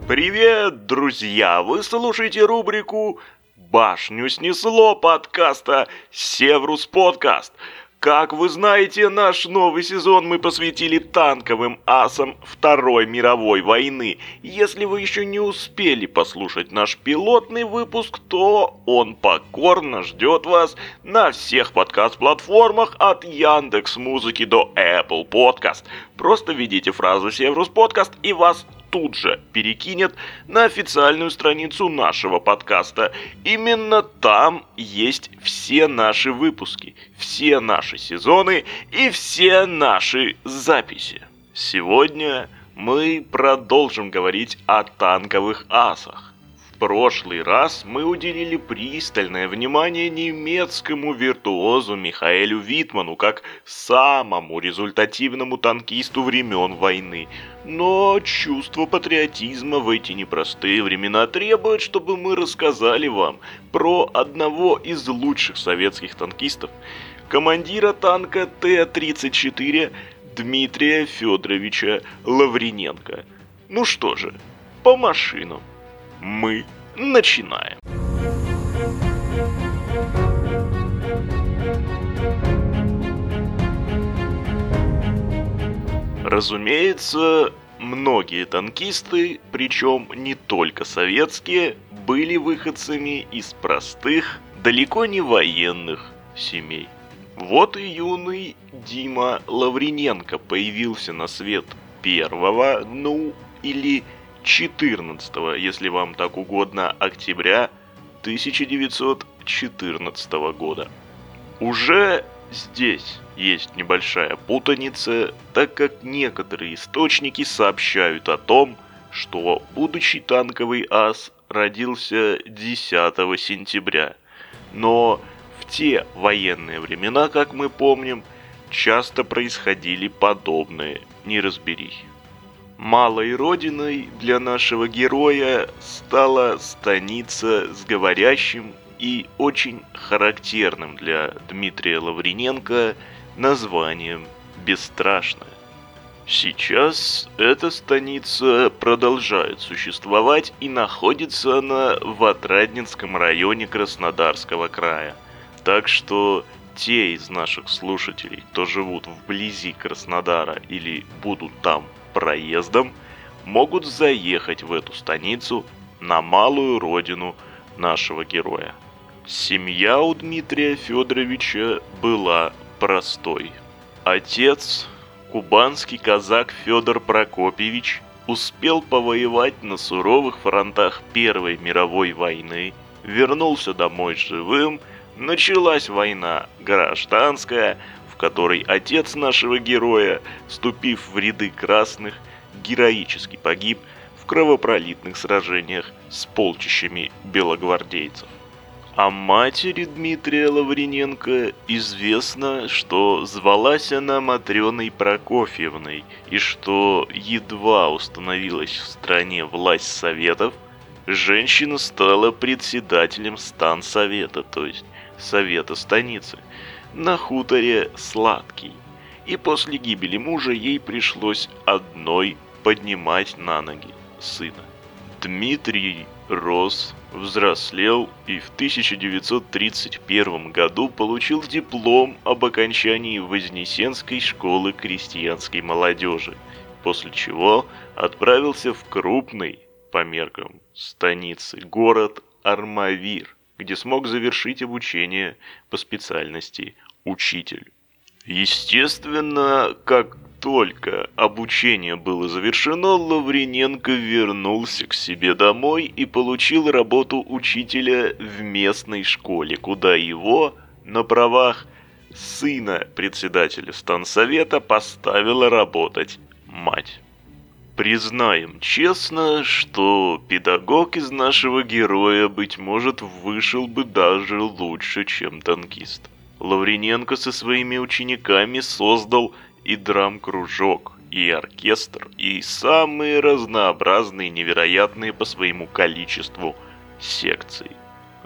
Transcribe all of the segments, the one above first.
Привет, друзья! Вы слушаете рубрику «Башню снесло» подкаста «Севрус Подкаст». Как вы знаете, наш новый сезон мы посвятили танковым асам Второй мировой войны. Если вы еще не успели послушать наш пилотный выпуск, то он покорно ждет вас на всех подкаст-платформах от Яндекс.Музыки до Apple Podcast. Просто введите фразу «Севрус Подкаст» и вас тут же перекинет на официальную страницу нашего подкаста. Именно там есть все наши выпуски, все наши сезоны и все наши записи. Сегодня мы продолжим говорить о танковых асах. В прошлый раз мы уделили пристальное внимание немецкому виртуозу Михаэлю Витману как самому результативному танкисту времен войны. Но чувство патриотизма в эти непростые времена требует, чтобы мы рассказали вам про одного из лучших советских танкистов, командира танка Т-34 Дмитрия Федоровича Лавриненко. Ну что же, по машинам. Мы начинаем. Разумеется, многие танкисты, причем не только советские, были выходцами из простых, далеко не военных семей. Вот и юный Дима Лавриненко появился на свет 1 или 14, если вам так угодно, октября 1914 года. Уже здесь есть небольшая путаница, так как некоторые источники сообщают о том, что будущий танковый ас родился 10 сентября. Но в те военные времена, как мы помним, часто происходили подобные неразберихи. Малой родиной для нашего героя стала станица с говорящим и очень характерным для Дмитрия Лавриненко названием Бесстрашная. Сейчас эта станица продолжает существовать, и находится она в Отрадненском районе Краснодарского края. Так что те из наших слушателей, кто живут вблизи Краснодара или будут там проездом, могут заехать в эту станицу на малую родину нашего героя. Семья у Дмитрия Федоровича была простой. Отец, кубанский казак Федор Прокопьевич, успел повоевать на суровых фронтах Первой мировой войны, вернулся домой живым, началась война гражданская, в которой отец нашего героя, вступив в ряды красных, героически погиб в кровопролитных сражениях с полчищами белогвардейцев. О матери Дмитрия Лавриненко известно, что звалась она Матрёной Прокофьевной, и что едва установилась в стране власть советов, женщина стала председателем стансовета, то есть совета станицы, на хуторе Сладкий, и после гибели мужа ей пришлось одной поднимать на ноги сына. Дмитрий рос, взрослел и в 1931 году получил диплом об окончании Вознесенской школы крестьянской молодежи, после чего отправился в крупный, по меркам станицы, город Армавир, где смог завершить обучение по специальности учитель. Естественно, как только обучение было завершено, Лавриненко вернулся к себе домой и получил работу учителя в местной школе, куда его на правах сына председателя стансовета поставила работать мать. Признаем честно, что педагог из нашего героя, быть может, вышел бы даже лучше, чем танкист. Лавриненко со своими учениками создал и драм-кружок, и оркестр, и самые разнообразные, невероятные по своему количеству секции.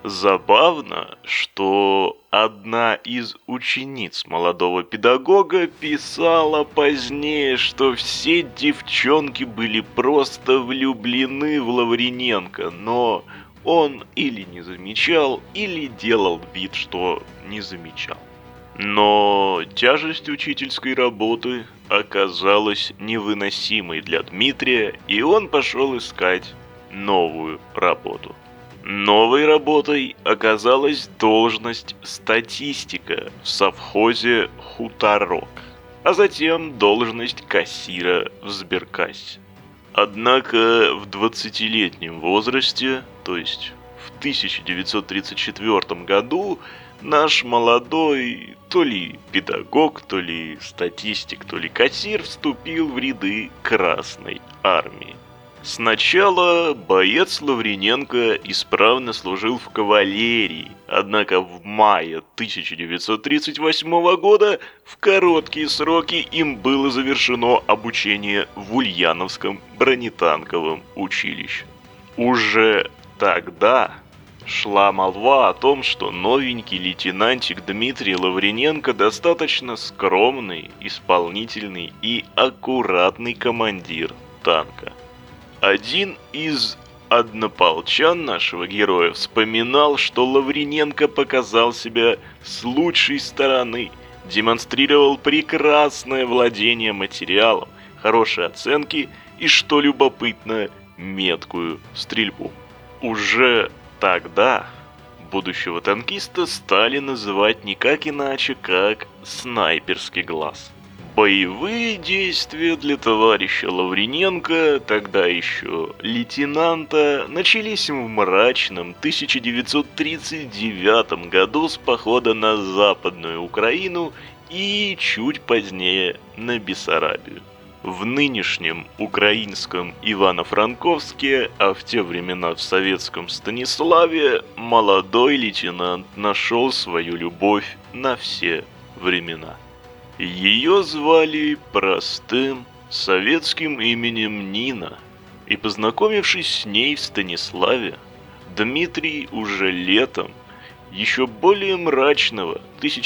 Забавно, что одна из учениц молодого педагога писала позднее, что все девчонки были просто влюблены в Лавриненко, но он или не замечал, или делал вид, что не замечал. Но тяжесть учительской работы оказалась невыносимой для Дмитрия, и он пошел искать новую работу. Новой работой оказалась должность статистика в совхозе «Хуторок», а затем должность кассира в сберкассе. Однако в 20-летнем возрасте, то есть в 1934 году, наш молодой то ли педагог, то ли статистик, то ли кассир вступил в ряды Красной Армии. Сначала боец Лавриненко исправно служил в кавалерии, однако в мае 1938 года в короткие сроки им было завершено обучение в Ульяновском бронетанковом училище. Уже тогда шла молва о том, что новенький лейтенантик Дмитрий Лавриненко достаточно скромный, исполнительный и аккуратный командир танка. Один из однополчан нашего героя вспоминал, что Лавриненко показал себя с лучшей стороны, демонстрировал прекрасное владение материалом, хорошие оценки и, что любопытно, меткую стрельбу. Уже тогда будущего танкиста стали называть никак иначе, как «снайперский глаз». Боевые действия для товарища Лавриненко, тогда еще лейтенанта, начались в мрачном 1939 году с похода на Западную Украину и чуть позднее на Бессарабию. В нынешнем украинском Ивано-Франковске, а в те времена в советском Станиславе, молодой лейтенант нашел свою любовь на все времена. Ее звали простым советским именем Нина, и, познакомившись с ней в Станиславе, Дмитрий уже летом еще более мрачного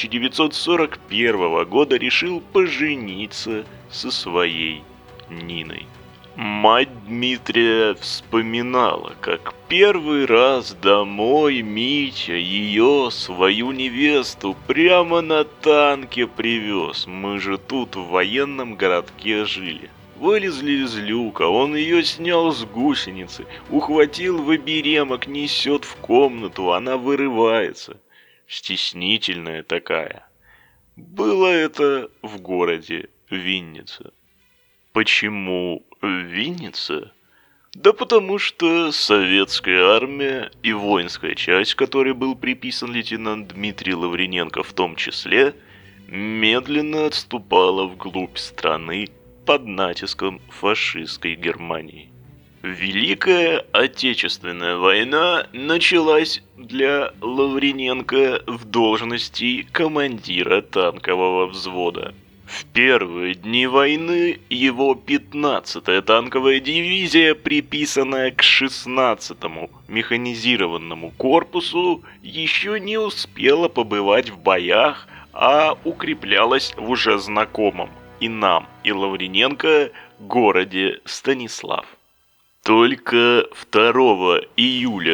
1941 года решил пожениться со своей Ниной. Мать Дмитрия вспоминала, как первый раз домой Митя ее, свою невесту, прямо на танке привез. Мы же тут в военном городке жили. Вылезли из люка, он ее снял с гусеницы, ухватил в оберемок, несет в комнату, она вырывается. Стеснительная такая. Было это в городе Винница. Почему Винница? Да потому что советская армия и воинская часть, которой был приписан лейтенант Дмитрий Лавриненко в том числе, медленно отступала вглубь страны под натиском фашистской Германии. Великая Отечественная война началась для Лавриненко в должности командира танкового взвода. В первые дни войны его 15-я танковая дивизия, приписанная к 16-му механизированному корпусу, еще не успела побывать в боях, а укреплялась в уже знакомом и нам, и Лавриненко городе Станислав. Только 2 июля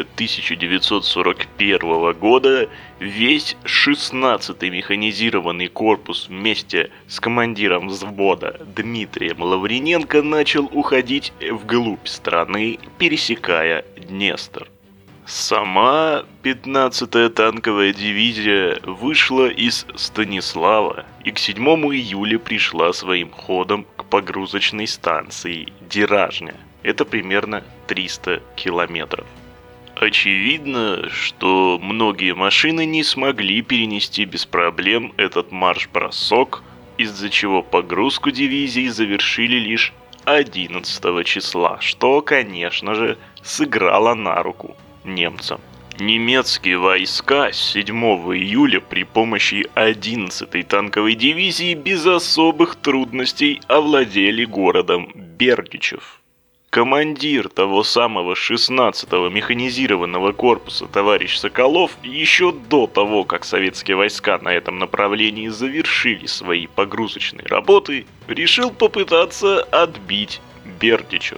1941 года весь 16-й механизированный корпус вместе с командиром взвода Дмитрием Лавриненко начал уходить вглубь страны, пересекая Днестр. Сама 15-я танковая дивизия вышла из Станислава и к 7 июля пришла своим ходом к погрузочной станции Деражня. Это примерно 300 километров. Очевидно, что многие машины не смогли перенести без проблем этот марш-бросок, из-за чего погрузку дивизии завершили лишь 11 числа, что, конечно же, сыграло на руку немцам. Немецкие войска 7 июля при помощи 11-й танковой дивизии без особых трудностей овладели городом Бердичев. Командир того самого 16-го механизированного корпуса товарищ Соколов еще до того, как советские войска на этом направлении завершили свои погрузочные работы, решил попытаться отбить Бердичев.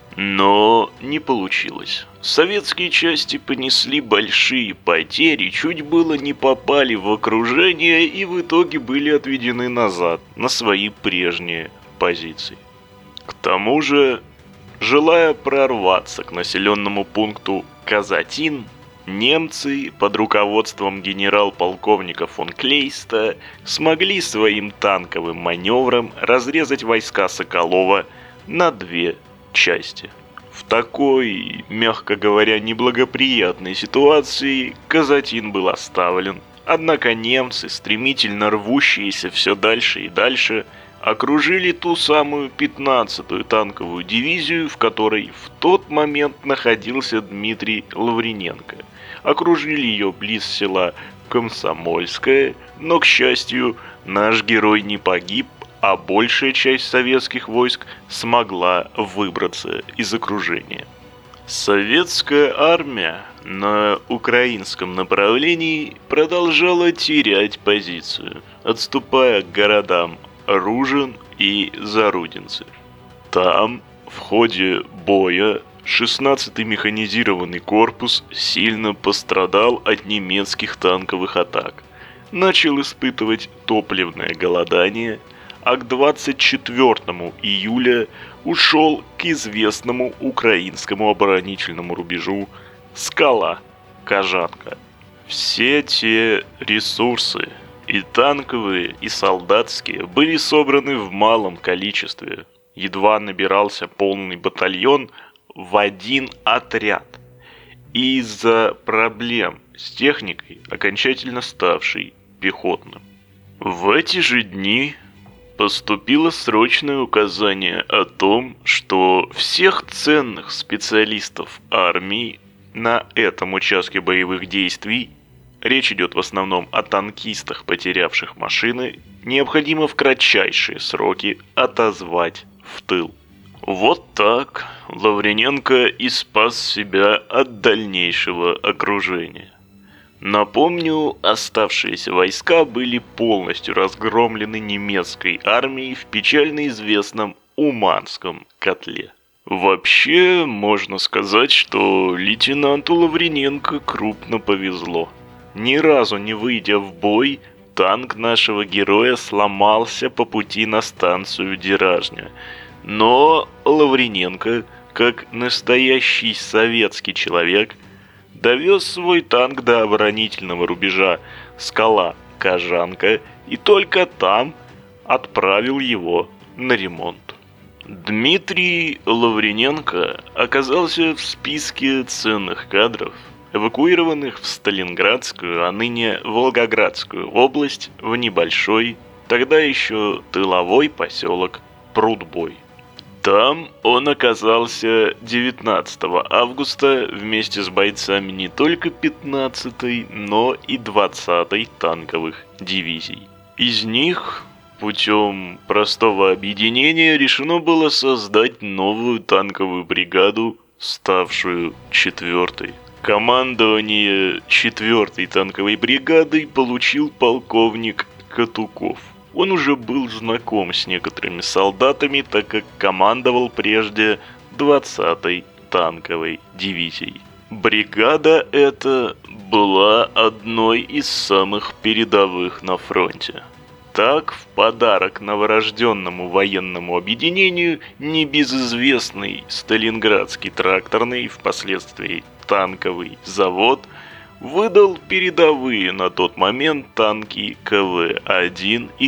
Но не получилось. Советские части понесли большие потери, чуть было не попали в окружение и в итоге были отведены назад на свои прежние позиции. К тому же, желая прорваться к населенному пункту Казатин, немцы под руководством генерал-полковника фон Клейста смогли своим танковым маневром разрезать войска Соколова на две части. В такой, мягко говоря, неблагоприятной ситуации Казатин был оставлен, однако немцы, стремительно рвущиеся все дальше и дальше, окружили ту самую 15-ю танковую дивизию, в которой в тот момент находился Дмитрий Лавриненко. Окружили ее близ села Комсомольское, но, к счастью, наш герой не погиб, а большая часть советских войск смогла выбраться из окружения. Советская армия на украинском направлении продолжала терять позицию, отступая к городам Ружин и Зарудинцы. Там, в ходе боя, 16-й механизированный корпус сильно пострадал от немецких танковых атак, начал испытывать топливное голодание, а к 24 июля ушел к известному украинскому оборонительному рубежу Скала-Кажанка. Все те ресурсы, и танковые, и солдатские, были собраны в малом количестве. Едва набирался полный батальон в один отряд. И из-за проблем с техникой, окончательно ставшей пехотным. В эти же дни поступило срочное указание о том, что всех ценных специалистов армии на этом участке боевых действий, речь идет в основном о танкистах, потерявших машины, необходимо в кратчайшие сроки отозвать в тыл. Вот так Лавриненко и спас себя от дальнейшего окружения. Напомню, оставшиеся войска были полностью разгромлены немецкой армией в печально известном Уманском котле. Вообще, можно сказать, что лейтенанту Лавриненко крупно повезло. Ни разу не выйдя в бой, танк нашего героя сломался по пути на станцию Деражня. Но Лавриненко, как настоящий советский человек, довез свой танк до оборонительного рубежа Скала-Кажанка и только там отправил его на ремонт. Дмитрий Лавриненко оказался в списке ценных кадров, эвакуированных в Сталинградскую, а ныне Волгоградскую область в небольшой, тогда еще тыловой поселок Прудбой. Там он оказался 19 августа вместе с бойцами не только 15-й, но и 20-й танковых дивизий. Из них путем простого объединения решено было создать новую танковую бригаду, ставшую 4-й. Командование 4-й танковой бригадой получил полковник Катуков. Он уже был знаком с некоторыми солдатами, так как командовал прежде 20-й танковой дивизией. Бригада эта была одной из самых передовых на фронте. Так, в подарок новорожденному военному объединению небезызвестный Сталинградский тракторный, впоследствии танковый завод, выдал передовые на тот момент танки КВ-1 и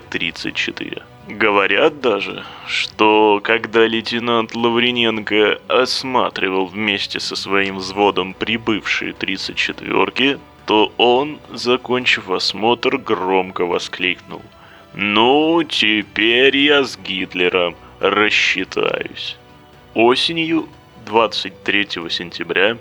Т-34. Говорят даже, что когда лейтенант Лавриненко осматривал вместе со своим взводом прибывшие 34-ки, то он, закончив осмотр, громко воскликнул: «Ну, теперь я с Гитлером рассчитаюсь». Осенью 23 сентября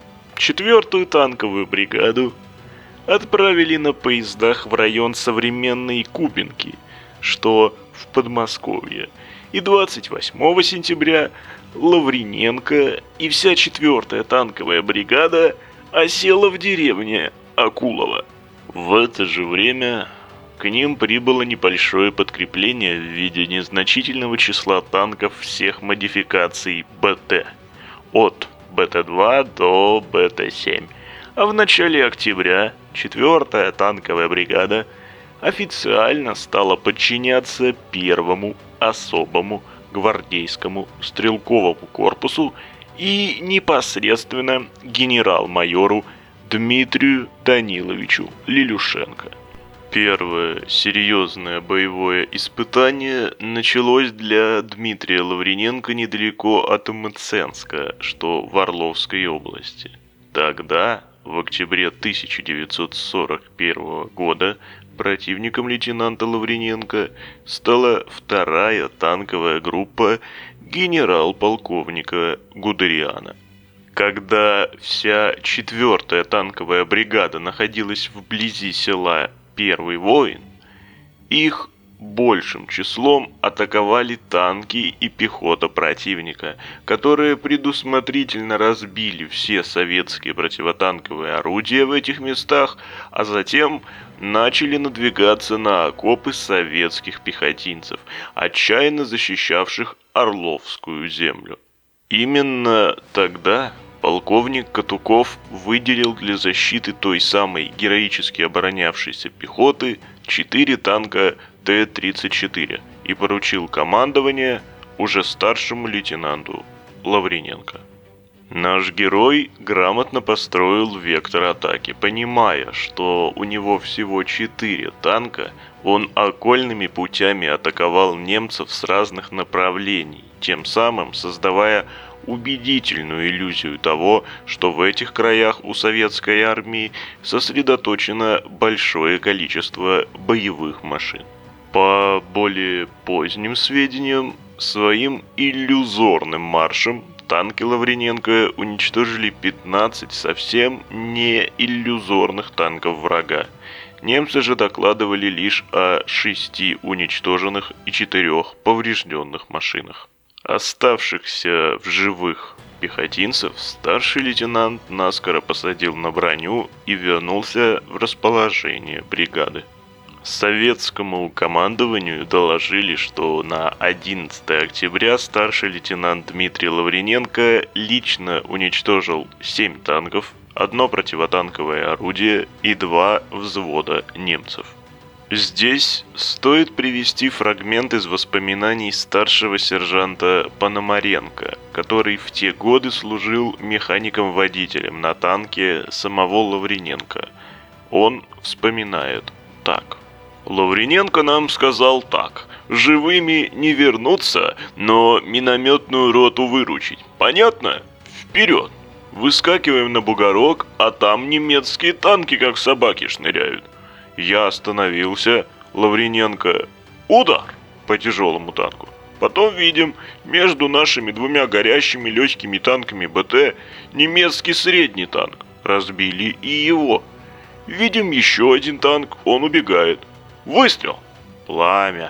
4-ю танковую бригаду отправили на поездах в район современной Кубинки, что в Подмосковье, И 28 сентября Лавриненко и вся 4-я танковая бригада осела в деревне Акулово. В это же время к ним прибыло небольшое подкрепление в виде незначительного числа танков всех модификаций БТ, от БТ-2 до БТ-7. А в начале октября 4-я танковая бригада официально стала подчиняться первому особому гвардейскому стрелковому корпусу и непосредственно генерал-майору Дмитрию Даниловичу Лилюшенко. Первое серьезное боевое испытание началось для Дмитрия Лавриненко недалеко от Мценска, что в Орловской области. Тогда, в октябре 1941 года, противником лейтенанта Лавриненко стала 2-я танковая группа генерал-полковника Гудериана. Когда вся 4-я танковая бригада находилась вблизи села Первый Воин, их большим числом атаковали танки и пехота противника, которые предусмотрительно разбили все советские противотанковые орудия в этих местах, а затем начали надвигаться на окопы советских пехотинцев, отчаянно защищавших Орловскую землю. Именно тогда полковник Катуков выделил для защиты той самой героически оборонявшейся пехоты 4 танка Т-34 и поручил командование уже старшему лейтенанту Лавриненко. Наш герой грамотно построил вектор атаки, понимая, что у него всего 4 танка, он окольными путями атаковал немцев с разных направлений, тем самым создавая убедительную иллюзию того, что в этих краях у советской армии сосредоточено большое количество боевых машин. По более поздним сведениям, своим иллюзорным маршем танки Лавриненко уничтожили 15 совсем не иллюзорных танков врага. Немцы же докладывали лишь о 6 уничтоженных и 4 поврежденных машинах. Оставшихся в живых пехотинцев старший лейтенант наскоро посадил на броню и вернулся в расположение бригады. Советскому командованию доложили, что на 11 октября старший лейтенант Дмитрий Лавриненко лично уничтожил 7 танков, 1 противотанковое орудие и 2 взвода немцев. Здесь стоит привести фрагмент из воспоминаний старшего сержанта Пономаренко, который в те годы служил механиком-водителем на танке самого Лавриненко. Он вспоминает так. Лавриненко нам сказал так: живыми не вернуться, но минометную роту выручить. Понятно? Вперед! Выскакиваем на бугорок, а там немецкие танки как собаки шныряют. Я остановился, Лавриненко. Удар по тяжелому танку. Потом видим, между нашими 2 горящими легкими танками БТ немецкий средний танк. Разбили и его. Видим еще один танк, он убегает. Выстрел. Пламя.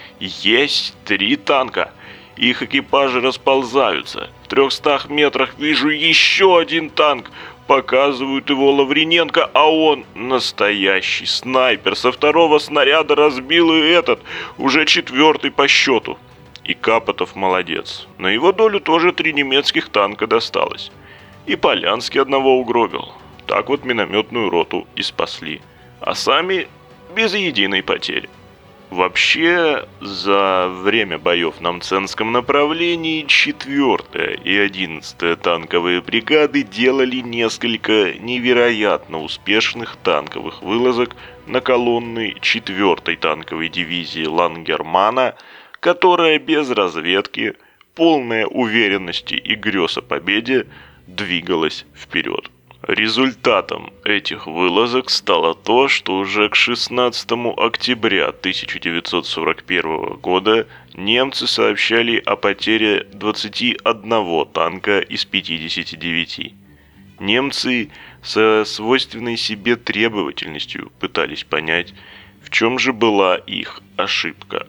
Есть 3 танка. Их экипажи расползаются. В 300 метрах вижу еще один танк. Показывают его Лавриненко, а он настоящий снайпер. Со 2-го снаряда разбил и этот, уже 4-й по счету. И Капотов молодец. На его долю тоже 3 немецких танка досталось. И Полянский одного угробил. Так вот минометную роту и спасли. А сами без единой потери. Вообще, за время боев на Мценском направлении 4-я и 11-я танковые бригады делали несколько невероятно успешных танковых вылазок на колонны 4-й танковой дивизии Лангермана, которая без разведки, полная уверенности и грез о победе, двигалась вперед. Результатом этих вылазок стало то, что уже к 16 октября 1941 года немцы сообщали о потере 21 танка из 59. Немцы со свойственной себе требовательностью пытались понять, в чем же была их ошибка.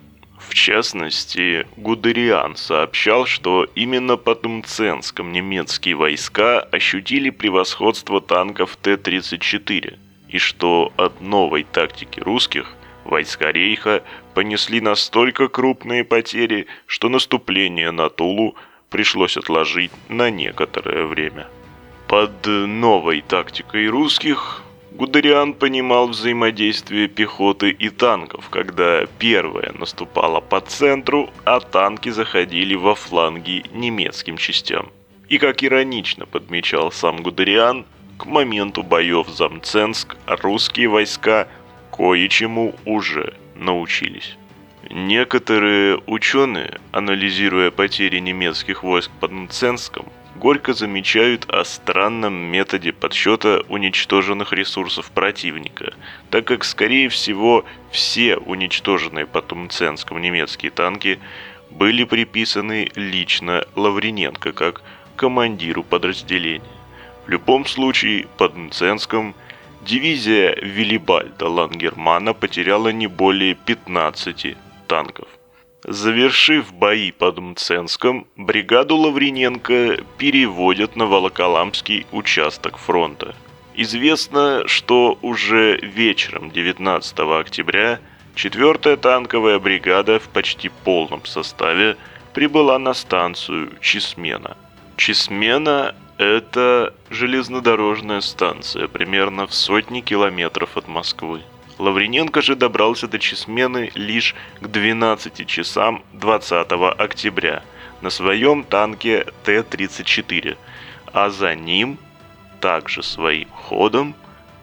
В частности, Гудериан сообщал, что именно под Мценском немецкие войска ощутили превосходство танков Т-34, и что от новой тактики русских войска Рейха понесли настолько крупные потери, что наступление на Тулу пришлось отложить на некоторое время. Под новой тактикой русских Гудериан понимал взаимодействие пехоты и танков, когда первая наступала по центру, а танки заходили во фланги немецким частям. И как иронично подмечал сам Гудериан, к моменту боев за Мценск русские войска кое-чему уже научились. Некоторые ученые, анализируя потери немецких войск под Мценском, горько замечают о странном методе подсчета уничтоженных ресурсов противника, так как, скорее всего, все уничтоженные под Мценском немецкие танки были приписаны лично Лавриненко как командиру подразделения. В любом случае, под Мценском дивизия Виллибальда Лангермана потеряла не более 15 танков. Завершив бои под Мценском, бригаду Лавриненко переводят на Волоколамский участок фронта. Известно, что уже вечером 19 октября 4-я танковая бригада в почти полном составе прибыла на станцию Чесмена. Чесмена – это железнодорожная станция, примерно в сотне километров от Москвы. Лавриненко же добрался до Чесмены лишь к 12 часам 20 октября на своем танке Т-34, а за ним, также своим ходом,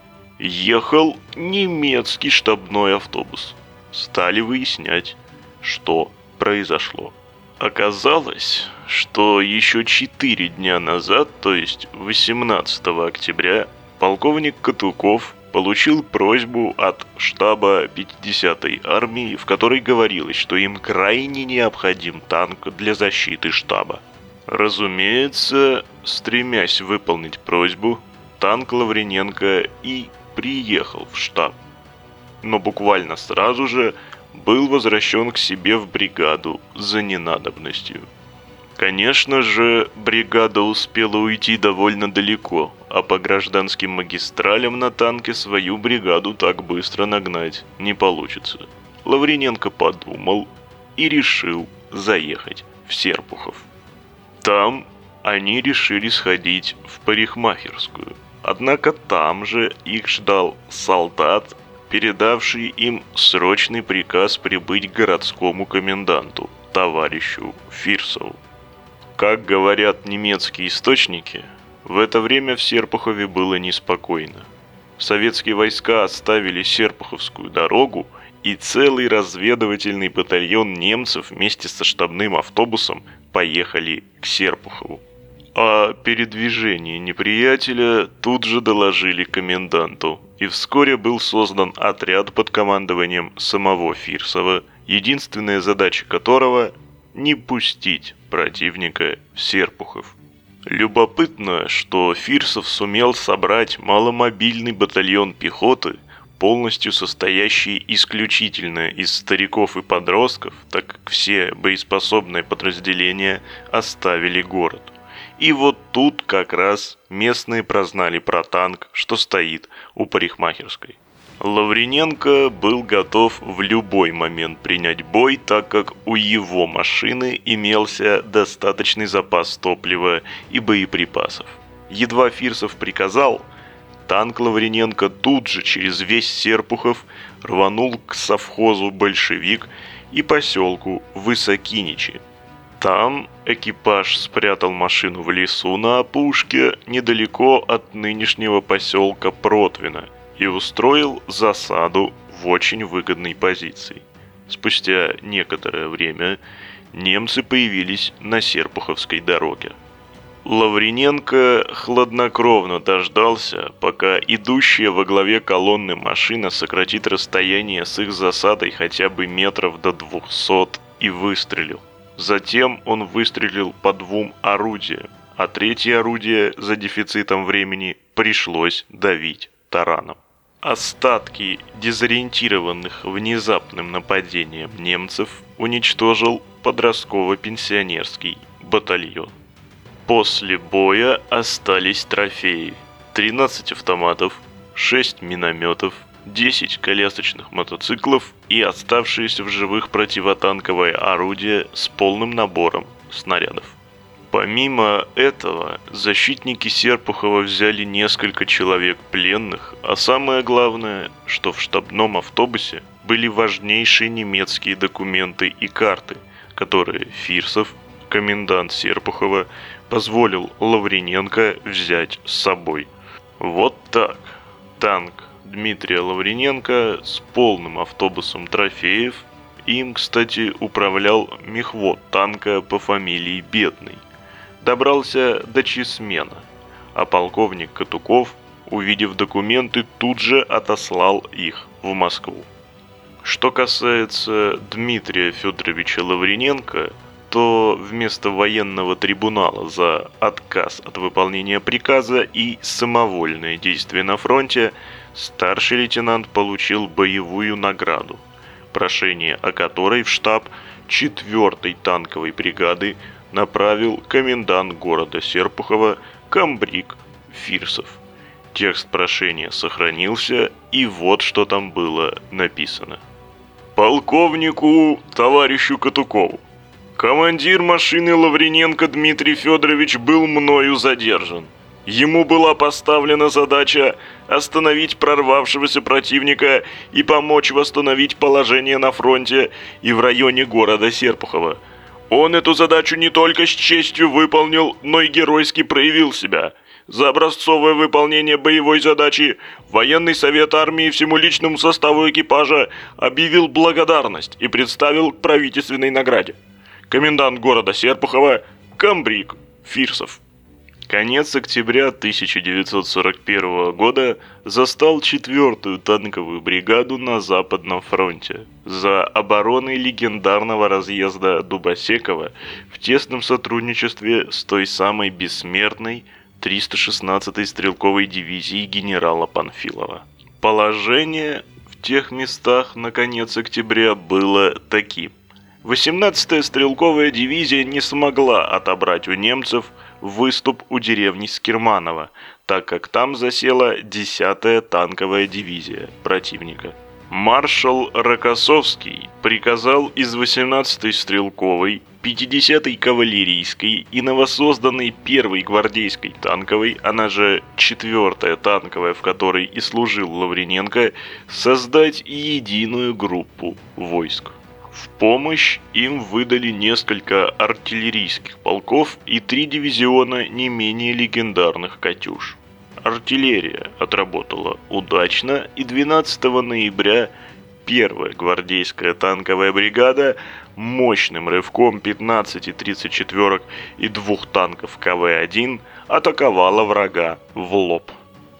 ехал немецкий штабной автобус. Стали выяснять, что произошло. Оказалось, что еще 4 дня назад, то есть 18 октября, полковник Катуков получил просьбу от штаба 50-й армии, в которой говорилось, что им крайне необходим танк для защиты штаба. Разумеется, стремясь выполнить просьбу, танк Лавриненко и приехал в штаб. Но буквально сразу же был возвращен к себе в бригаду за ненадобностью. Конечно же, бригада успела уйти довольно далеко, а по гражданским магистралям на танке свою бригаду так быстро нагнать не получится. Лавриненко подумал и решил заехать в Серпухов. Там они решили сходить в парикмахерскую. Однако там же их ждал солдат, передавший им срочный приказ прибыть к городскому коменданту, товарищу Фирсову. Как говорят немецкие источники, в это время в Серпухове было неспокойно. Советские войска оставили Серпуховскую дорогу, и целый разведывательный батальон немцев вместе со штабным автобусом поехали к Серпухову. О передвижении неприятеля тут же доложили коменданту, и вскоре был создан отряд под командованием самого Фирсова, единственная задача которого – не пустить противника в Серпухов. Любопытно, что Фирсов сумел собрать маломобильный батальон пехоты, полностью состоящий исключительно из стариков и подростков, так как все боеспособные подразделения оставили город. И вот тут как раз местные прознали про танк, что стоит у парикмахерской. Лавриненко был готов в любой момент принять бой, так как у его машины имелся достаточный запас топлива и боеприпасов. Едва Фирсов приказал, танк Лавриненко тут же через весь Серпухов рванул к совхозу «Большевик» и поселку Высокиничи. Там экипаж спрятал машину в лесу на опушке недалеко от нынешнего поселка Протвино и устроил засаду в очень выгодной позиции. Спустя некоторое время немцы появились на Серпуховской дороге. Лавриненко хладнокровно дождался, пока идущая во главе колонны машина сократит расстояние с их засадой хотя бы метров до 200 и выстрелил. Затем он выстрелил по 2 орудиям, а 3-е орудие за дефицитом времени пришлось давить тараном. Остатки дезориентированных внезапным нападением немцев уничтожил подростково-пенсионерский батальон. После боя остались трофеи: 13 автоматов, 6 минометов, 10 колясочных мотоциклов и оставшиеся в живых противотанковое орудие с полным набором снарядов. Помимо этого, защитники Серпухова взяли несколько человек пленных, а самое главное, что в штабном автобусе были важнейшие немецкие документы и карты, которые Фирсов, комендант Серпухова, позволил Лавриненко взять с собой. Вот так. Танк Дмитрия Лавриненко с полным автобусом трофеев. Им, кстати, управлял мехвод танка по фамилии Бедный. Добрался до Чесмена, а полковник Катуков, увидев документы, тут же отослал их в Москву. Что касается Дмитрия Федоровича Лавриненко, то вместо военного трибунала за отказ от выполнения приказа и самовольные действия на фронте старший лейтенант получил боевую награду, прошение о которой в штаб 4-й танковой бригады направил комендант города Серпухова комбриг Фирсов. Текст прошения сохранился, и вот что там было написано. Полковнику товарищу Катукову. Командир машины Лавриненко Дмитрий Федорович был мною задержан. Ему была поставлена задача остановить прорвавшегося противника и помочь восстановить положение на фронте и в районе города Серпухова. Он эту задачу не только с честью выполнил, но и геройски проявил себя. За образцовое выполнение боевой задачи военный совет армии всему личному составу экипажа объявил благодарность и представил к правительственной награде. Комендант города Серпухова комбриг Фирсов. Конец октября 1941 года застал 4-ю танковую бригаду на Западном фронте за обороной легендарного разъезда Дубосекова в тесном сотрудничестве с той самой бессмертной 316-й стрелковой дивизией генерала Панфилова. Положение в тех местах на конец октября было таким. 18-я стрелковая дивизия не смогла отобрать у немцев выступ у деревни Скирманово, так как там засела 10-я танковая дивизия противника. Маршал Рокоссовский приказал из 18-й стрелковой, 50-й кавалерийской и новосозданной 1-й гвардейской танковой, она же 4-я танковая, в которой и служил Лавриненко, создать единую группу войск. В помощь им выдали несколько артиллерийских полков и 3 дивизиона не менее легендарных «Катюш». Артиллерия отработала удачно, и 12 ноября 1-я гвардейская танковая бригада мощным рывком 15 34 и 2 танков КВ-1 атаковала врага в лоб.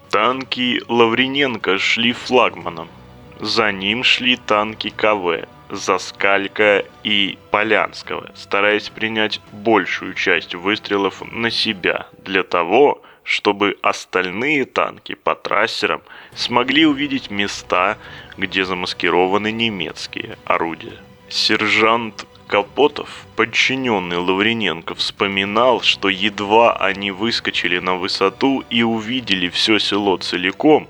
Танки Лавриненко шли флагманом. За ним шли танки КВ Заскалька и Полянского, стараясь принять большую часть выстрелов на себя для того, чтобы остальные танки по трассерам смогли увидеть места, где замаскированы немецкие орудия. Сержант Капотов, подчиненный Лавриненко, вспоминал, что едва они выскочили на высоту и увидели все село целиком,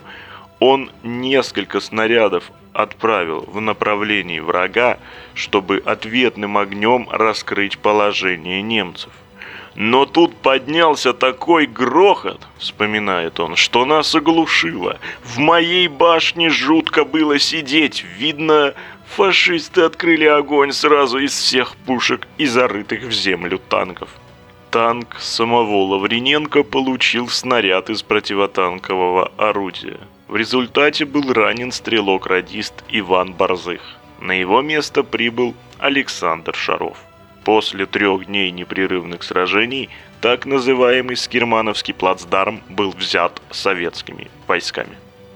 он несколько снарядов отправил в направлении врага, чтобы ответным огнем раскрыть положение немцев. Но тут поднялся такой грохот, вспоминает он, что нас оглушило. В моей башне жутко было сидеть. Видно, фашисты открыли огонь сразу из всех пушек и зарытых в землю танков. Танк самого Лавриненко получил снаряд из противотанкового орудия. В результате был ранен стрелок-радист Иван Борзых. На его место прибыл Александр Шаров. После 3 дней непрерывных сражений так называемый Скирмановский плацдарм был взят советскими войсками.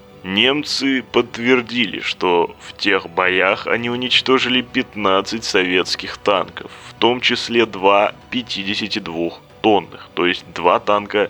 Немцы подтвердили, что в тех боях они уничтожили 15 советских танков, в том числе 2 52-тонных, то есть 2 танка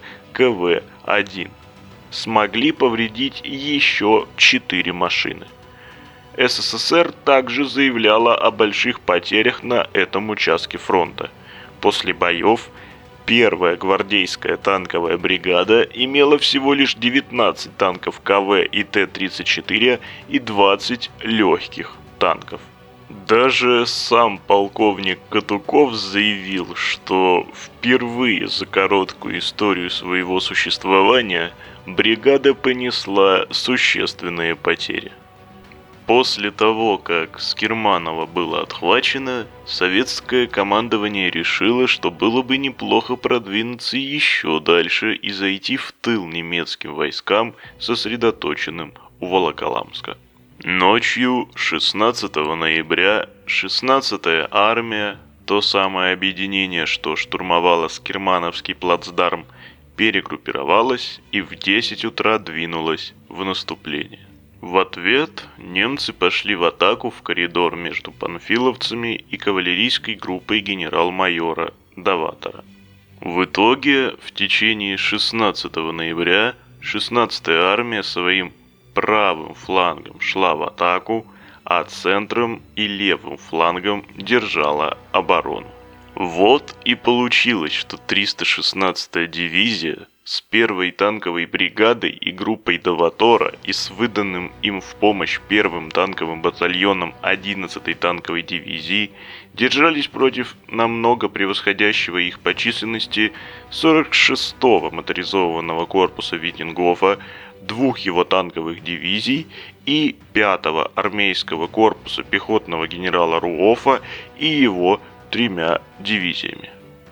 КВ-1. Смогли повредить еще 4 машины. СССР также заявляла о больших потерях на этом участке фронта. После боев первая гвардейская танковая бригада имела всего лишь 19 танков КВ и Т-34 и 20 легких танков. Даже сам полковник Катуков заявил, что впервые за короткую историю своего существования бригада понесла существенные потери. После того, как Скирманово было отхвачено, советское командование решило, что было бы неплохо продвинуться еще дальше и зайти в тыл немецким войскам, сосредоточенным у Волоколамска. Ночью 16 ноября 16-я армия, то самое объединение, что штурмовало Скирмановский плацдарм, перегруппировалась и в 10 утра двинулась в наступление. В ответ немцы пошли в атаку в коридор между панфиловцами и кавалерийской группой генерал-майора Даватора. В итоге, в течение 16 ноября 16-я армия своим правым флангом шла в атаку, а центром и левым флангом держала оборону. Вот и получилось, что 316-я дивизия с первой танковой бригадой и группой Даватора и с выданным им в помощь первым танковым батальоном 11-й танковой дивизии держались против намного превосходящего их по численности 46-го моторизованного корпуса Виттингофа, двух его танковых дивизий и 5-го армейского корпуса пехотного генерала Руофа и его 3 дивизиями.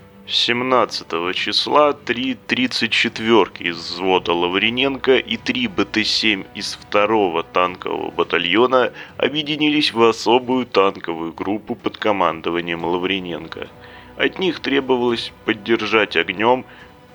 17 числа 3 34-ки из взвода Лавриненко и 3 БТ-7 из 2-го танкового батальона объединились в особую танковую группу под командованием Лавриненко. От них требовалось поддержать огнем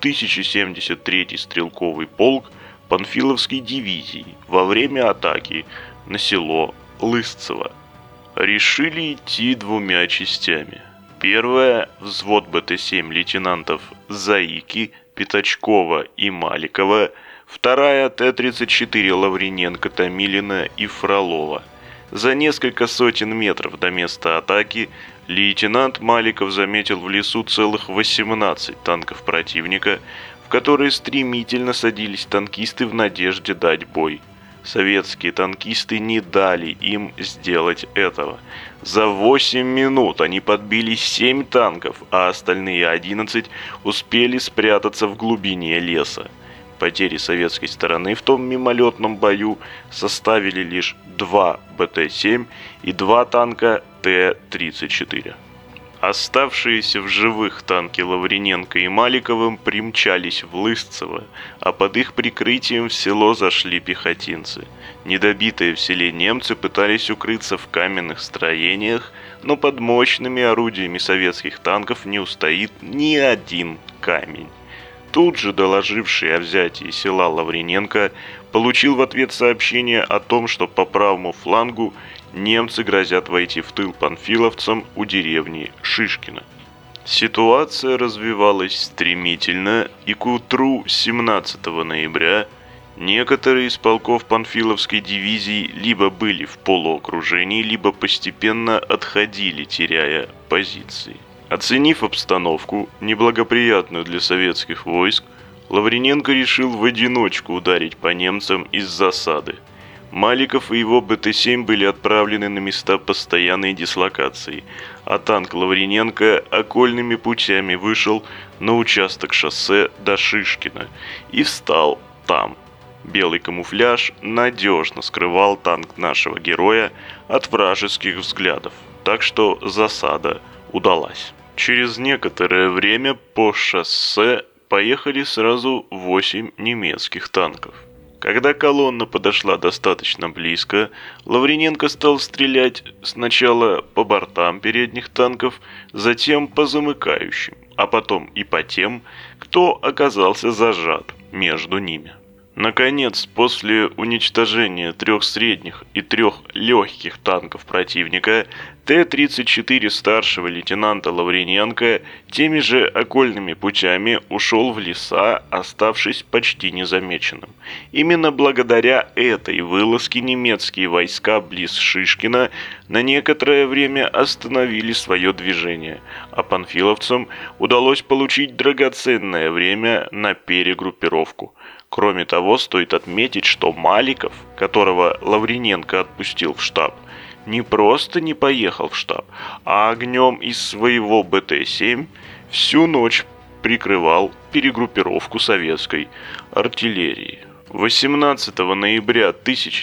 1073-й стрелковый полк Панфиловской дивизии во время атаки на село Лысцево. Решили идти 2 частями. Первая – взвод БТ-7 лейтенантов Заики, Пятачкова и Маликова. Вторая – Т-34 Лавриненко, Томилина и Фролова. За несколько сотен метров до места атаки лейтенант Маликов заметил в лесу целых 18 танков противника, в которые стремительно садились танкисты в надежде дать бой. Советские танкисты не дали им сделать этого. За 8 минут они подбили 7 танков, а остальные 11 успели спрятаться в глубине леса. Потери советской стороны в том мимолетном бою составили лишь 2 БТ-7 и 2 танка Т-34. Оставшиеся в живых танки Лавриненко и Маликовым примчались в Лысцево, а под их прикрытием в село зашли пехотинцы. Недобитые в селе немцы пытались укрыться в каменных строениях, но под мощными орудиями советских танков не устоит ни один камень. Тут же доложивший о взятии села Лавриненко получил в ответ сообщение о том, что по правому флангу немцы грозят войти в тыл панфиловцам у деревни Шишкино. Ситуация развивалась стремительно, и к утру 17 ноября некоторые из полков Панфиловской дивизии либо были в полуокружении, либо постепенно отходили, теряя позиции. Оценив обстановку, неблагоприятную для советских войск, Лавриненко решил в одиночку ударить по немцам из засады. Маликов и его БТ-7 были отправлены на места постоянной дислокации, а танк Лавриненко окольными путями вышел на участок шоссе до Шишкина и встал там. Белый камуфляж надежно скрывал танк нашего героя от вражеских взглядов, так что засада удалась. Через некоторое время по шоссе поехали сразу 8 немецких танков. Когда колонна подошла достаточно близко, Лавриненко стал стрелять сначала по бортам передних танков, затем по замыкающим, а потом и по тем, кто оказался зажат между ними. Наконец, после уничтожения 3 средних и 3 легких танков противника, Т-34 старшего лейтенанта Лавриненко теми же окольными путями ушел в леса, оставшись почти незамеченным. Именно благодаря этой вылазке немецкие войска близ Шишкина на некоторое время остановили свое движение, а панфиловцам удалось получить драгоценное время на перегруппировку. Кроме того, стоит отметить, что Маликов, которого Лавриненко отпустил в штаб, не просто не поехал в штаб, а огнем из своего БТ-7 всю ночь прикрывал перегруппировку советской артиллерии. 18 ноября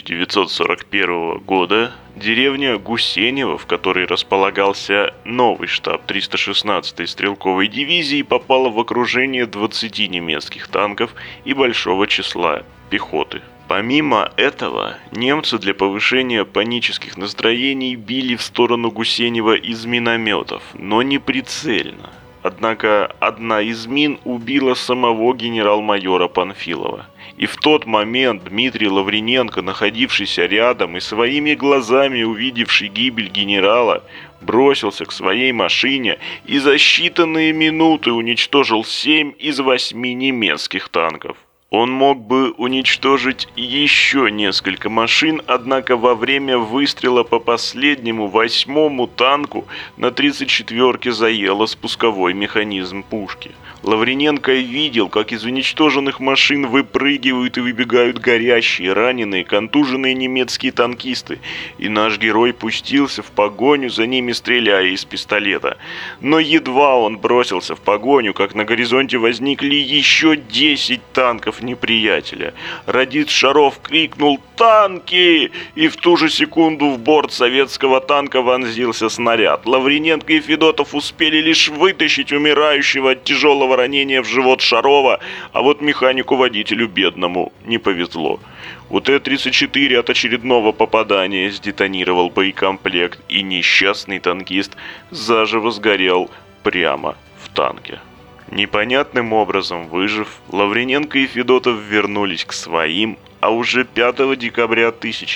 1941 года деревня Гусенево, в которой располагался новый штаб 316-й стрелковой дивизии, попала в окружение 20 немецких танков и большого числа пехоты. Помимо этого, немцы для повышения панических настроений били в сторону Гусенева из минометов, но не прицельно. Однако одна из мин убила самого генерал-майора Панфилова. И в тот момент Дмитрий Лавриненко, находившийся рядом и своими глазами увидевший гибель генерала, бросился к своей машине и за считанные минуты уничтожил 7 из 8 немецких танков. Он мог бы уничтожить еще несколько машин, однако во время выстрела по последнему 8-му танку на 34-ке заело спусковой механизм пушки. Лавриненко видел, как из уничтоженных машин выпрыгивают и выбегают горящие, раненые, контуженные немецкие танкисты, и наш герой пустился в погоню за ними, стреляя из пистолета. Но едва он бросился в погоню, как на горизонте возникли еще 10 танков неприятеля. Радист Шаров крикнул «Танки!» и в ту же секунду в борт советского танка вонзился снаряд. Лавриненко и Федотов успели лишь вытащить умирающего от тяжелого ранения в живот Шарова, а вот механику-водителю бедному не повезло. У Т-34 от очередного попадания сдетонировал боекомплект, и несчастный танкист заживо сгорел прямо в танке. Непонятным образом выжив, Лавриненко и Федотов вернулись к своим, а уже 5 декабря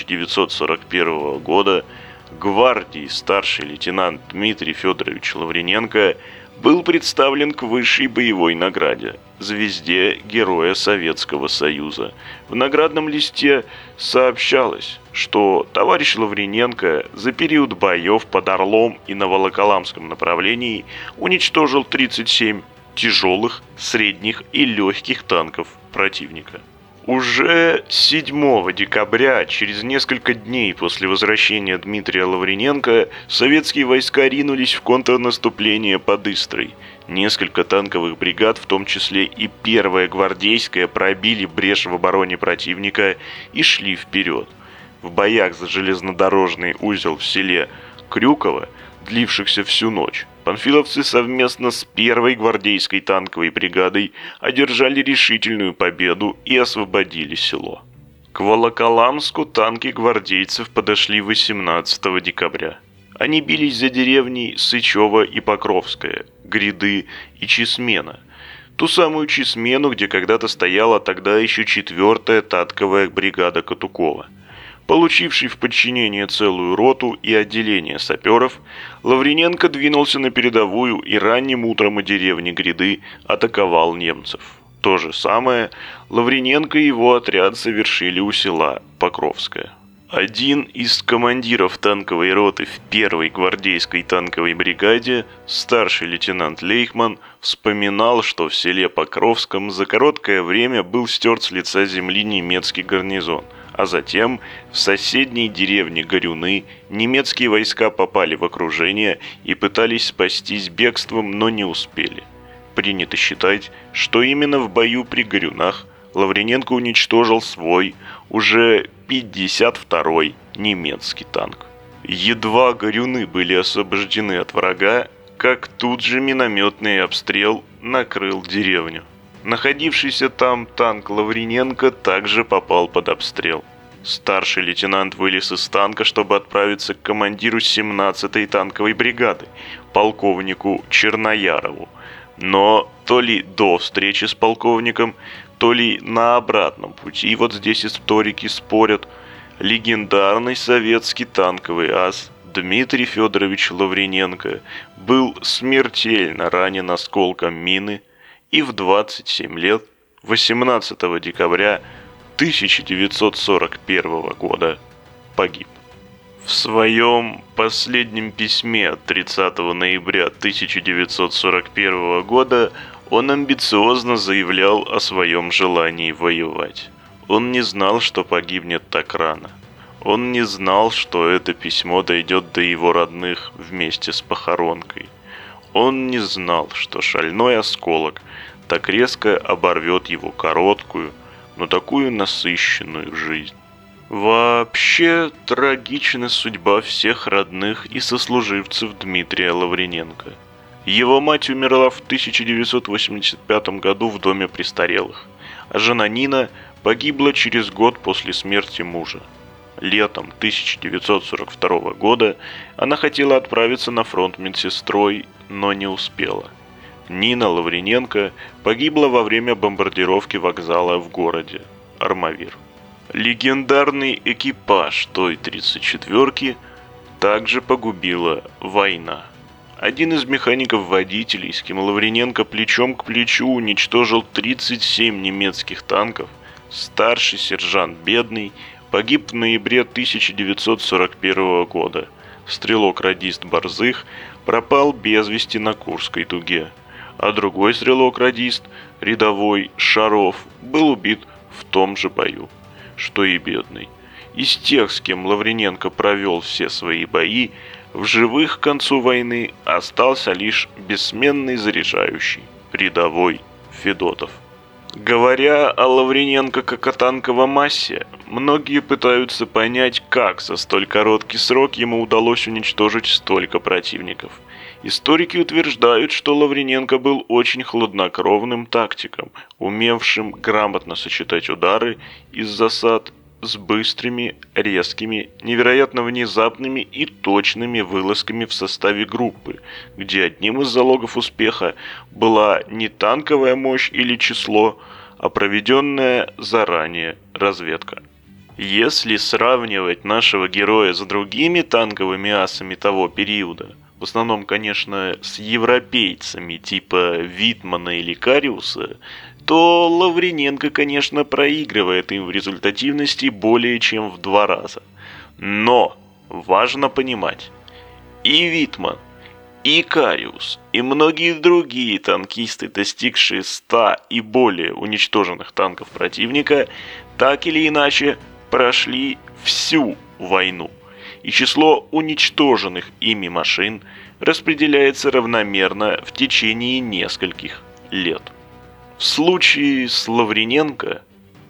1941 года гвардии старший лейтенант Дмитрий Федорович Лавриненко был представлен к высшей боевой награде – звезде Героя Советского Союза. В наградном листе сообщалось, что товарищ Лавриненко за период боев под Орлом и на Волоколамском направлении уничтожил 37 тяжелых, средних и легких танков противника. Уже 7 декабря, через несколько дней после возвращения Дмитрия Лавриненко, советские войска ринулись в контрнаступление под Истрой. Несколько танковых бригад, в том числе и 1-я гвардейская, пробили брешь в обороне противника и шли вперед. В боях за железнодорожный узел в селе Крюково, длившихся всю ночь, панфиловцы совместно с 1-й гвардейской танковой бригадой одержали решительную победу и освободили село. К Волоколамску танки гвардейцев подошли 18 декабря. Они бились за деревни Сычево и Покровское, Гряды и Чесмена. Ту самую Чесмену, где когда-то стояла тогда еще 4-я танковая бригада Катукова. Получивший в подчинение целую роту и отделение саперов, Лавриненко двинулся на передовую и ранним утром у деревни Гряды атаковал немцев. То же самое Лавриненко и его отряд совершили у села Покровское. Один из командиров танковой роты в 1-й гвардейской танковой бригаде, старший лейтенант Лейхман, вспоминал, что в селе Покровском за короткое время был стерт с лица земли немецкий гарнизон, а затем в соседней деревне Горюны немецкие войска попали в окружение и пытались спастись бегством, но не успели. Принято считать, что именно в бою при Горюнах Лавриненко уничтожил свой, уже 52-й немецкий танк. Едва Горюны были освобождены от врага, как тут же минометный обстрел накрыл деревню. Находившийся там танк Лавриненко также попал под обстрел. Старший лейтенант вылез из танка, чтобы отправиться к командиру 17-й танковой бригады, полковнику Черноярову. Но то ли до встречи с полковником, то ли на обратном пути, и вот здесь историки спорят, легендарный советский танковый ас Дмитрий Федорович Лавриненко был смертельно ранен осколком мины и в 27 лет 18 декабря 1941 года погиб. В своем последнем письме от 30 ноября 1941 года он амбициозно заявлял о своем желании воевать. Он не знал, что погибнет так рано. Он не знал, что это письмо дойдет до его родных вместе с похоронкой. Он не знал, что шальной осколок так резко оборвет его короткую, но такую насыщенную жизнь. Вообще, трагична судьба всех родных и сослуживцев Дмитрия Лавриненко. Его мать умерла в 1985 году в доме престарелых, а жена Нина погибла через год после смерти мужа. Летом 1942 года она хотела отправиться на фронт медсестрой, но не успела. Нина Лавриненко погибла во время бомбардировки вокзала в городе Армавир. Легендарный экипаж той 34-ки также погубила война. Один из механиков-водителей, с кем Лавриненко плечом к плечу уничтожил 37 немецких танков, старший сержант Бедный, погиб в ноябре 1941 года. Стрелок-радист Борзых пропал без вести на Курской дуге, а другой стрелок-радист, рядовой Шаров, был убит в том же бою, что и Бедный. Из тех, с кем Лавриненко провел все свои бои, в живых к концу войны остался лишь бессменный заряжающий, рядовой Федотов. Говоря о Лавриненко как о танковом ассе, многие пытаются понять, как за столь короткий срок ему удалось уничтожить столько противников. Историки утверждают, что Лавриненко был очень хладнокровным тактиком, умевшим грамотно сочетать удары из засад с быстрыми, резкими, невероятно внезапными и точными вылазками в составе группы, где одним из залогов успеха была не танковая мощь или число, а проведенная заранее разведка. Если сравнивать нашего героя с другими танковыми асами того периода, в основном, конечно, с европейцами типа Витмана или Кариуса, то Лавриненко, конечно, проигрывает им в результативности более чем в 2 раза. Но важно понимать, и Витман, и Кариус, и многие другие танкисты, достигшие 100 и более уничтоженных танков противника, так или иначе прошли всю войну. И число уничтоженных ими машин распределяется равномерно в течение нескольких лет. В случае с Лавриненко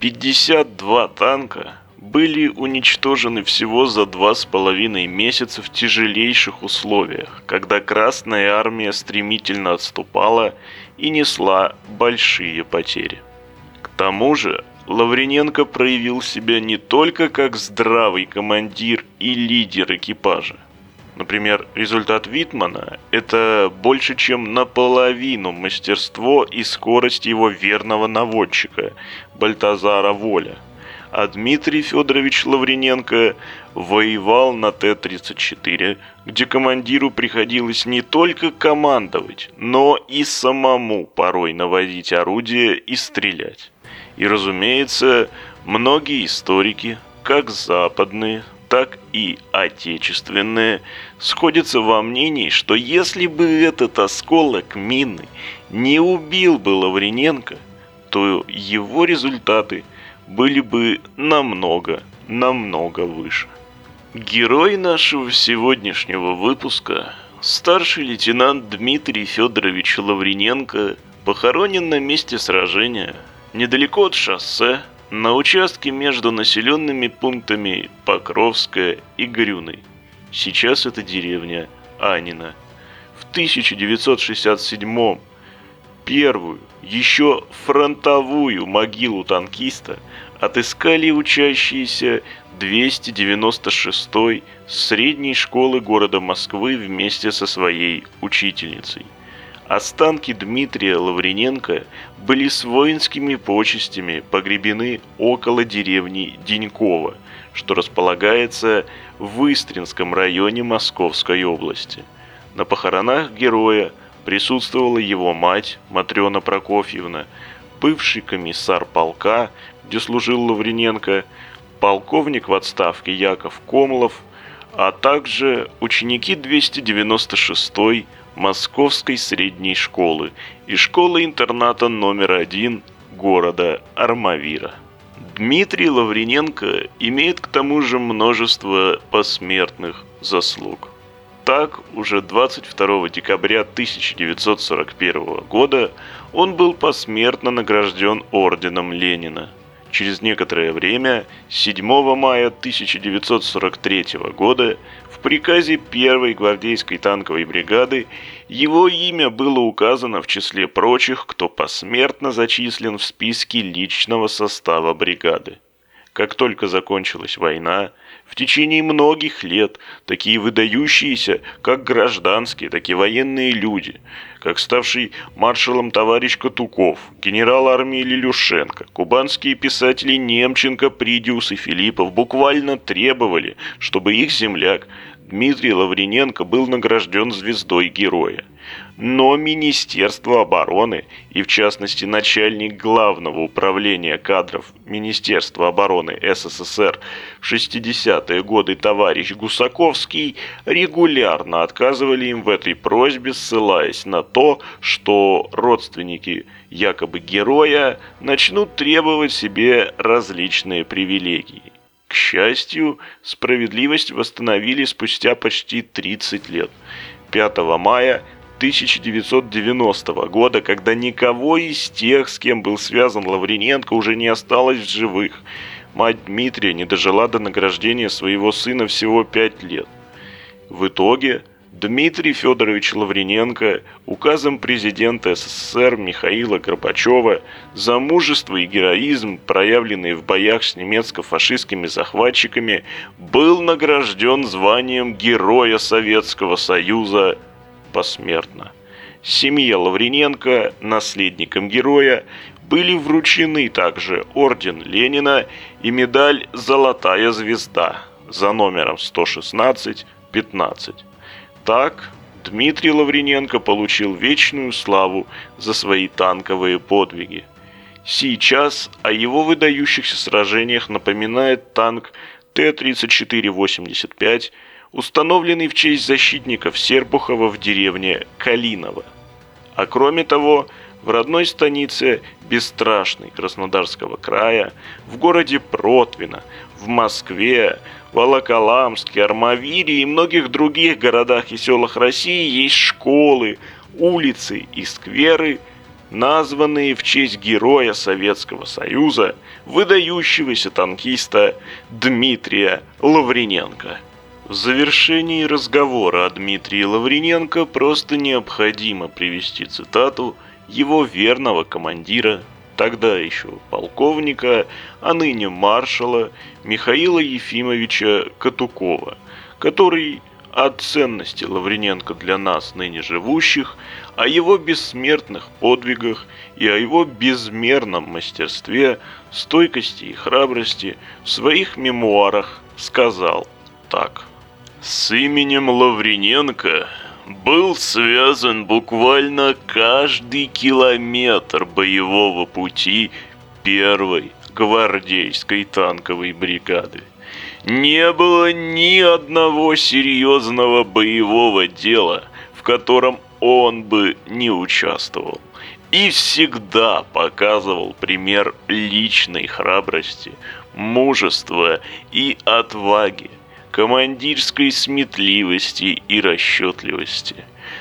52 танка были уничтожены всего за 2,5 месяца в тяжелейших условиях, когда Красная Армия стремительно отступала и несла большие потери. К тому же Лавриненко проявил себя не только как здравый командир и лидер экипажа. Например, результат Витмана – это больше чем наполовину мастерство и скорость его верного наводчика Бальтазара Воля. А Дмитрий Федорович Лавриненко воевал на Т-34, где командиру приходилось не только командовать, но и самому порой наводить орудие и стрелять. И, разумеется, многие историки, как западные, так и отечественные, сходятся во мнении, что если бы этот осколок мины не убил бы Лавриненко, то его результаты были бы намного выше. Герой нашего сегодняшнего выпуска, старший лейтенант Дмитрий Федорович Лавриненко, похоронен на месте сражения, недалеко от шоссе, на участке между населенными пунктами Покровская и Грюной. Сейчас это деревня Анина. В 1967-м первую, еще фронтовую могилу танкиста отыскали учащиеся 296-й средней школы города Москвы вместе со своей учительницей. Останки Дмитрия Лавриненко были с воинскими почестями погребены около деревни Деньково, что располагается в Истринском районе Московской области. На похоронах героя присутствовала его мать Матрена Прокофьевна, бывший комиссар полка, где служил Лавриненко, полковник в отставке Яков Комлов, а также ученики 296-й Московской средней школы и школы-интерната номер 1 города Армавира. Дмитрий Лавриненко имеет к тому же множество посмертных заслуг. Так, уже 22 декабря 1941 года он был посмертно награжден орденом Ленина. Через некоторое время, 7 мая 1943 года, в приказе 1-й гвардейской танковой бригады его имя было указано в числе прочих, кто посмертно зачислен в списке личного состава бригады. Как только закончилась война, в течение многих лет такие выдающиеся, как гражданские, так и военные люди, как ставший маршалом товарищ Катуков, генерал армии Лилюшенко, кубанские писатели Немченко, Придиус и Филиппов буквально требовали, чтобы их земляк Дмитрий Лавриненко был награжден звездой героя. Но Министерство обороны, и в частности начальник Главного управления кадров Министерства обороны СССР в 60-е годы товарищ Гусаковский, регулярно отказывали им в этой просьбе, ссылаясь на то, что родственники якобы героя начнут требовать себе различные привилегии. К счастью, справедливость восстановили спустя почти 30 лет. 5 мая 1990 года, когда никого из тех, с кем был связан Лавриненко, уже не осталось в живых, мать Дмитрия не дожила до награждения своего сына всего 5 лет. В итоге Дмитрий Федорович Лавриненко указом президента СССР Михаила Горбачева за мужество и героизм, проявленные в боях с немецко-фашистскими захватчиками, был награжден званием Героя Советского Союза посмертно. Семье Лавриненко, наследникам героя, были вручены также орден Ленина и медаль «Золотая звезда» за номером 116-15. Так, Дмитрий Лавриненко получил вечную славу за свои танковые подвиги. Сейчас о его выдающихся сражениях напоминает танк Т-34-85, установленный в честь защитников Серпухова в деревне Калиново. А кроме того, в родной станице Бесстрашной Краснодарского края, в городе Протвино, в Москве, Волоколамске, Армавире и многих других городах и селах России есть школы, улицы и скверы, названные в честь героя Советского Союза, выдающегося танкиста Дмитрия Лавриненко. В завершении разговора о Дмитрии Лавриненко просто необходимо привести цитату его верного командира, тогда еще полковника, а ныне маршала Михаила Ефимовича Катукова, который о ценности Лавриненко для нас, ныне живущих, о его бессмертных подвигах и о его безмерном мастерстве, стойкости и храбрости в своих мемуарах сказал так. С именем Лавриненко был связан буквально каждый километр боевого пути 1-й гвардейской танковой бригады. Не было ни одного серьезного боевого дела, в котором он бы не участвовал, и всегда показывал пример личной храбрости, мужества и отваги, командирской сметливости и расчетливости.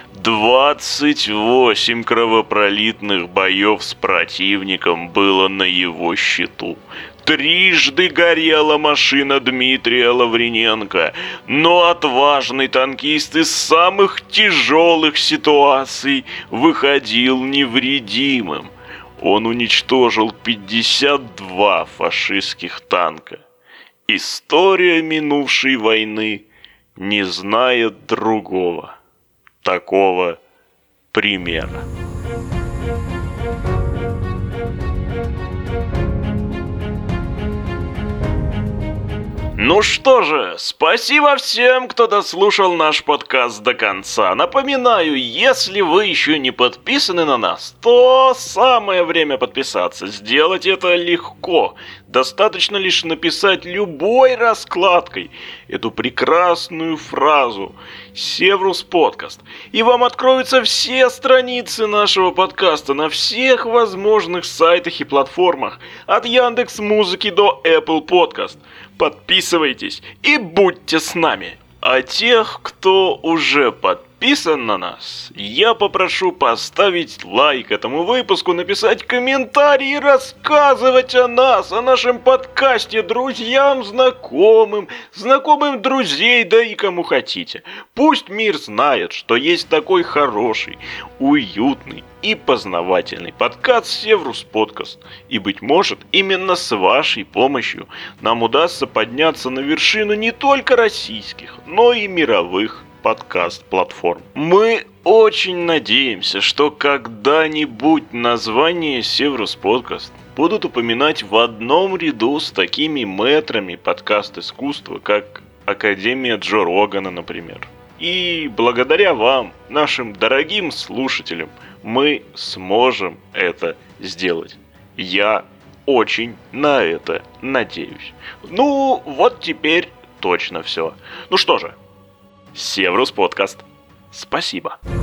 28 кровопролитных боев с противником было на его счету. Трижды горела машина Дмитрия Лавриненко, но отважный танкист из самых тяжелых ситуаций выходил невредимым. Он уничтожил 52 фашистских танка. История минувшей войны не знает другого такого пример. Ну что же, спасибо всем, кто дослушал наш подкаст до конца. Напоминаю, если вы еще не подписаны на нас, то самое время подписаться. Сделать это легко. Достаточно лишь написать любой раскладкой эту прекрасную фразу «Севрус Подкаст», и вам откроются все страницы нашего подкаста на всех возможных сайтах и платформах, от Яндекс.Музыки до Apple Podcast. Подписывайтесь и будьте с нами. А тех, кто уже подписан на нас, я попрошу поставить лайк этому выпуску, написать комментарий и рассказывать о нас, о нашем подкасте друзьям, знакомым друзей, да и кому хотите. Пусть мир знает, что есть такой хороший, уютный и познавательный подкаст «Севрус Подкаст». И, быть может, именно с вашей помощью нам удастся подняться на вершину не только российских, но и мировых подкаст-платформ. Мы очень надеемся, что когда-нибудь название «Севрус Подкаст» будут упоминать в одном ряду с такими мэтрами подкаст-искусства, как Академия Джо Рогана, например. И благодаря вам, нашим дорогим слушателям, мы сможем это сделать. Я очень на это надеюсь. Ну, вот теперь точно все. Ну что же, Севрус Подкаст. Спасибо.